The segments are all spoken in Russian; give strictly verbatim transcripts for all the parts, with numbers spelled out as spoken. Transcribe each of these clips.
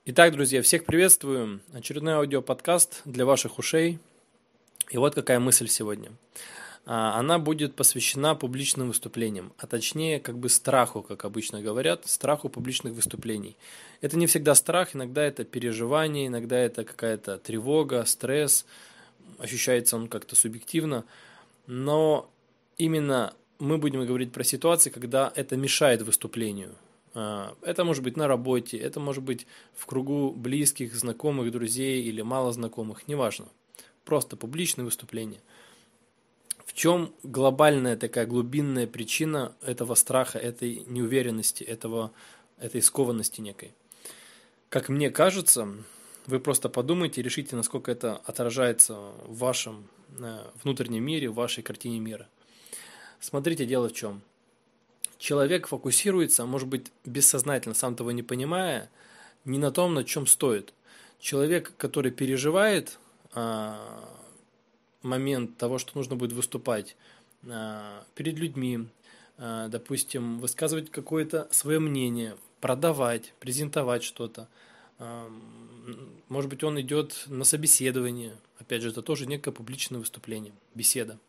Итак, друзья, всех приветствую. Очередной аудиоподкаст для ваших ушей. И вот какая мысль сегодня. А, Она будет посвящена публичным выступлениям, а точнее, как бы страху, как обычно говорят, страху публичных выступлений. Это не всегда страх, иногда это переживание, иногда это какая-то тревога, стресс, ощущается он как-то субъективно, но именно мы будем говорить про ситуации, когда это мешает выступлению. Это может быть на работе, это может быть в кругу близких, знакомых, друзей или мало знакомых, неважно. Просто публичное выступление. В чем глобальная такая глубинная причина этого страха, этой неуверенности, этого, этой скованности некой? Как мне кажется, вы просто подумайте и решите, насколько это отражается в вашем внутреннем мире, в вашей картине мира. Смотрите, дело в чем. Человек фокусируется, может быть, бессознательно, сам того не понимая, не на том, на чем стоит. Человек, который переживает а, момент того, что нужно будет выступать а, перед людьми, а, допустим, высказывать какое-то свое мнение, продавать, презентовать что-то. А, может быть, он идет на собеседование. Опять же, это тоже некое публичное выступление, беседа.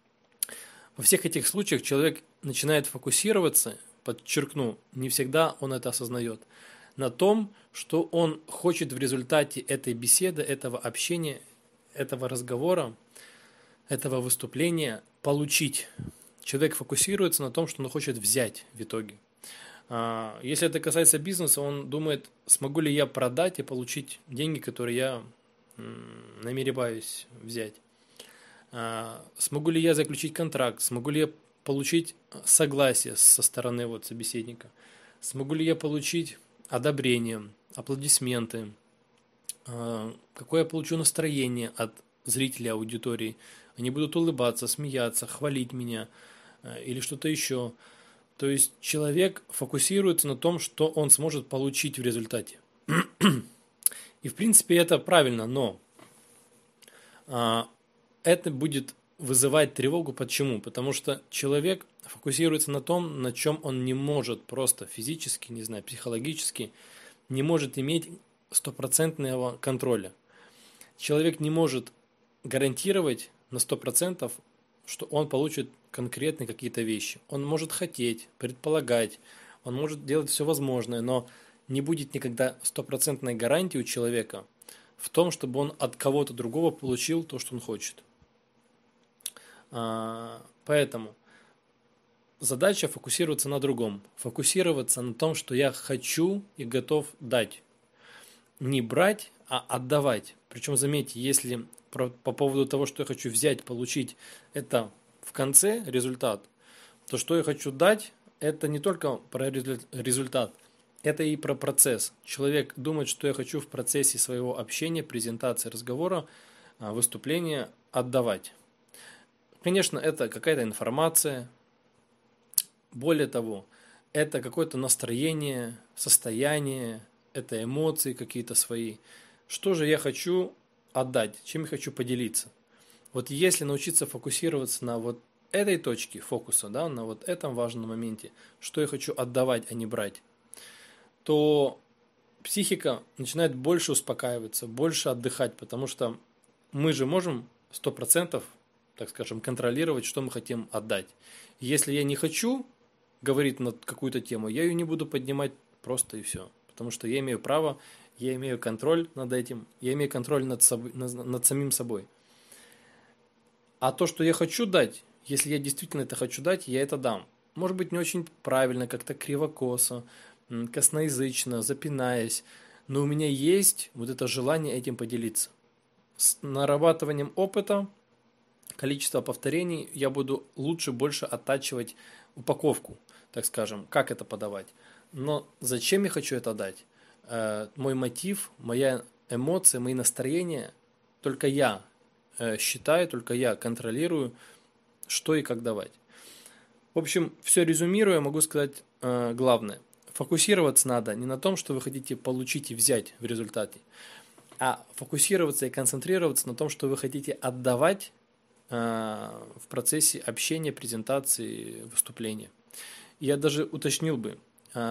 Во всех этих случаях человек начинает фокусироваться, подчеркну, не всегда он это осознает, на том, что он хочет в результате этой беседы, этого общения, этого разговора, этого выступления получить. Человек фокусируется на том, что он хочет взять в итоге. Если это касается бизнеса, он думает, смогу ли я продать и получить деньги, которые я намереваюсь взять. Смогу ли я заключить контракт, смогу ли я получить согласие со стороны вот собеседника, смогу ли я получить одобрение, аплодисменты, какое я получу настроение от зрителей аудитории, они будут улыбаться, смеяться, хвалить меня или что-то еще. То есть человек фокусируется на том, что он сможет получить в результате. И в принципе это правильно, но это будет вызывать тревогу. Почему? Потому что человек фокусируется на том, на чем он не может просто физически, не знаю, психологически, не может иметь стопроцентного контроля. Человек не может гарантировать на сто процентов, что он получит конкретные какие-то вещи. Он может хотеть, предполагать, он может делать все возможное, но не будет никогда стопроцентной гарантии у человека в том, чтобы он от кого-то другого получил то, что он хочет. Поэтому задача фокусироваться на другом. Фокусироваться на том, что я хочу и готов дать. Не брать, а отдавать. Причем, заметьте, если по поводу того, что я хочу взять, получить, это в конце результат, то, что я хочу дать, это не только про результат, это и про процесс. Человек думает, что я хочу в процессе своего общения, презентации, разговора, выступления отдавать. Конечно, это какая-то информация. Более того, это какое-то настроение, состояние, это эмоции какие-то свои. Что же я хочу отдать, чем я хочу поделиться? Вот если научиться фокусироваться на вот этой точке фокуса, да, на вот этом важном моменте, что я хочу отдавать, а не брать, то психика начинает больше успокаиваться, больше отдыхать, потому что мы же можем сто процентов, так скажем, контролировать, что мы хотим отдать. Если я не хочу говорить на какую-то тему, я ее не буду поднимать просто и все. Потому что я имею право, я имею контроль над этим, я имею контроль над, собой, над, над самим собой. А то, что я хочу дать, если я действительно это хочу дать, я это дам. Может быть, не очень правильно, как-то кривокосо, косноязычно, запинаясь, но у меня есть вот это желание этим поделиться. С нарабатыванием опыта, количество повторений, я буду лучше, больше оттачивать упаковку, так скажем, как это подавать. Но зачем я хочу это дать? Э, мой мотив, моя эмоция, мои настроения, только я э, считаю, только я контролирую, что и как давать. В общем, все резюмируя, могу сказать э, главное. Фокусироваться надо не на том, что вы хотите получить и взять в результате, а фокусироваться и концентрироваться на том, что вы хотите отдавать в процессе общения, презентации, выступления. Я даже уточнил бы,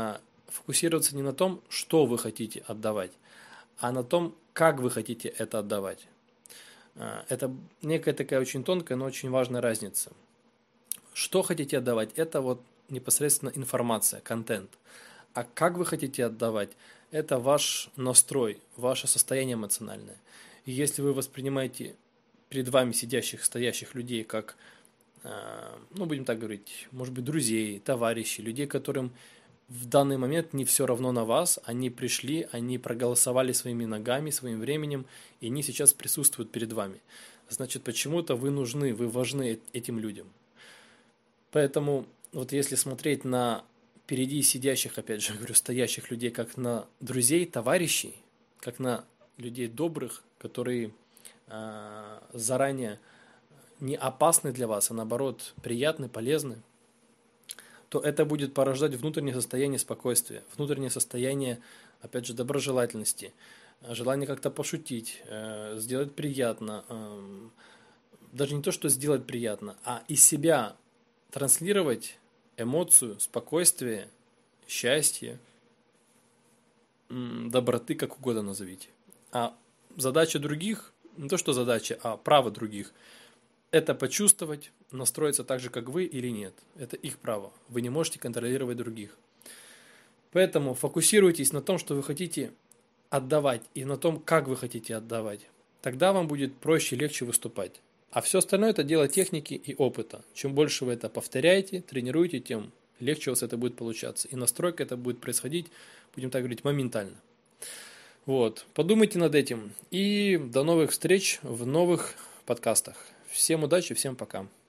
фокусироваться не на том, что вы хотите отдавать, а на том, как вы хотите это отдавать. Это некая такая очень тонкая, но очень важная разница. Что хотите отдавать, это вот непосредственно информация, контент. А как вы хотите отдавать, это ваш настрой, ваше состояние эмоциональное. И если вы воспринимаете перед вами сидящих, стоящих людей как, ну, будем так говорить, может быть, друзей, товарищей, людей, которым в данный момент не все равно на вас, они пришли, они проголосовали своими ногами, своим временем, и они сейчас присутствуют перед вами. Значит, почему-то вы нужны, вы важны этим людям. Поэтому вот если смотреть на впереди сидящих, опять же говорю, стоящих людей, как на друзей, товарищей, как на людей добрых, которые э, заранее не опасны для вас, а наоборот приятны, полезны, то это будет порождать внутреннее состояние спокойствия, внутреннее состояние, опять же, доброжелательности, желание как-то пошутить, э, сделать приятно, э, даже не то, что сделать приятно, а из себя транслировать эмоцию, спокойствие, счастье, доброты, как угодно назовите. А задача других, не то что задача, а право других, это почувствовать, настроиться так же, как вы или нет. Это их право. Вы не можете контролировать других. Поэтому фокусируйтесь на том, что вы хотите отдавать, и на том, как вы хотите отдавать. Тогда вам будет проще и легче выступать. А все остальное – это дело техники и опыта. Чем больше вы это повторяете, тренируете, тем легче у вас это будет получаться. И настройка это будет происходить, будем так говорить, моментально. Вот. Подумайте над этим. И до новых встреч в новых подкастах. Всем удачи, всем пока.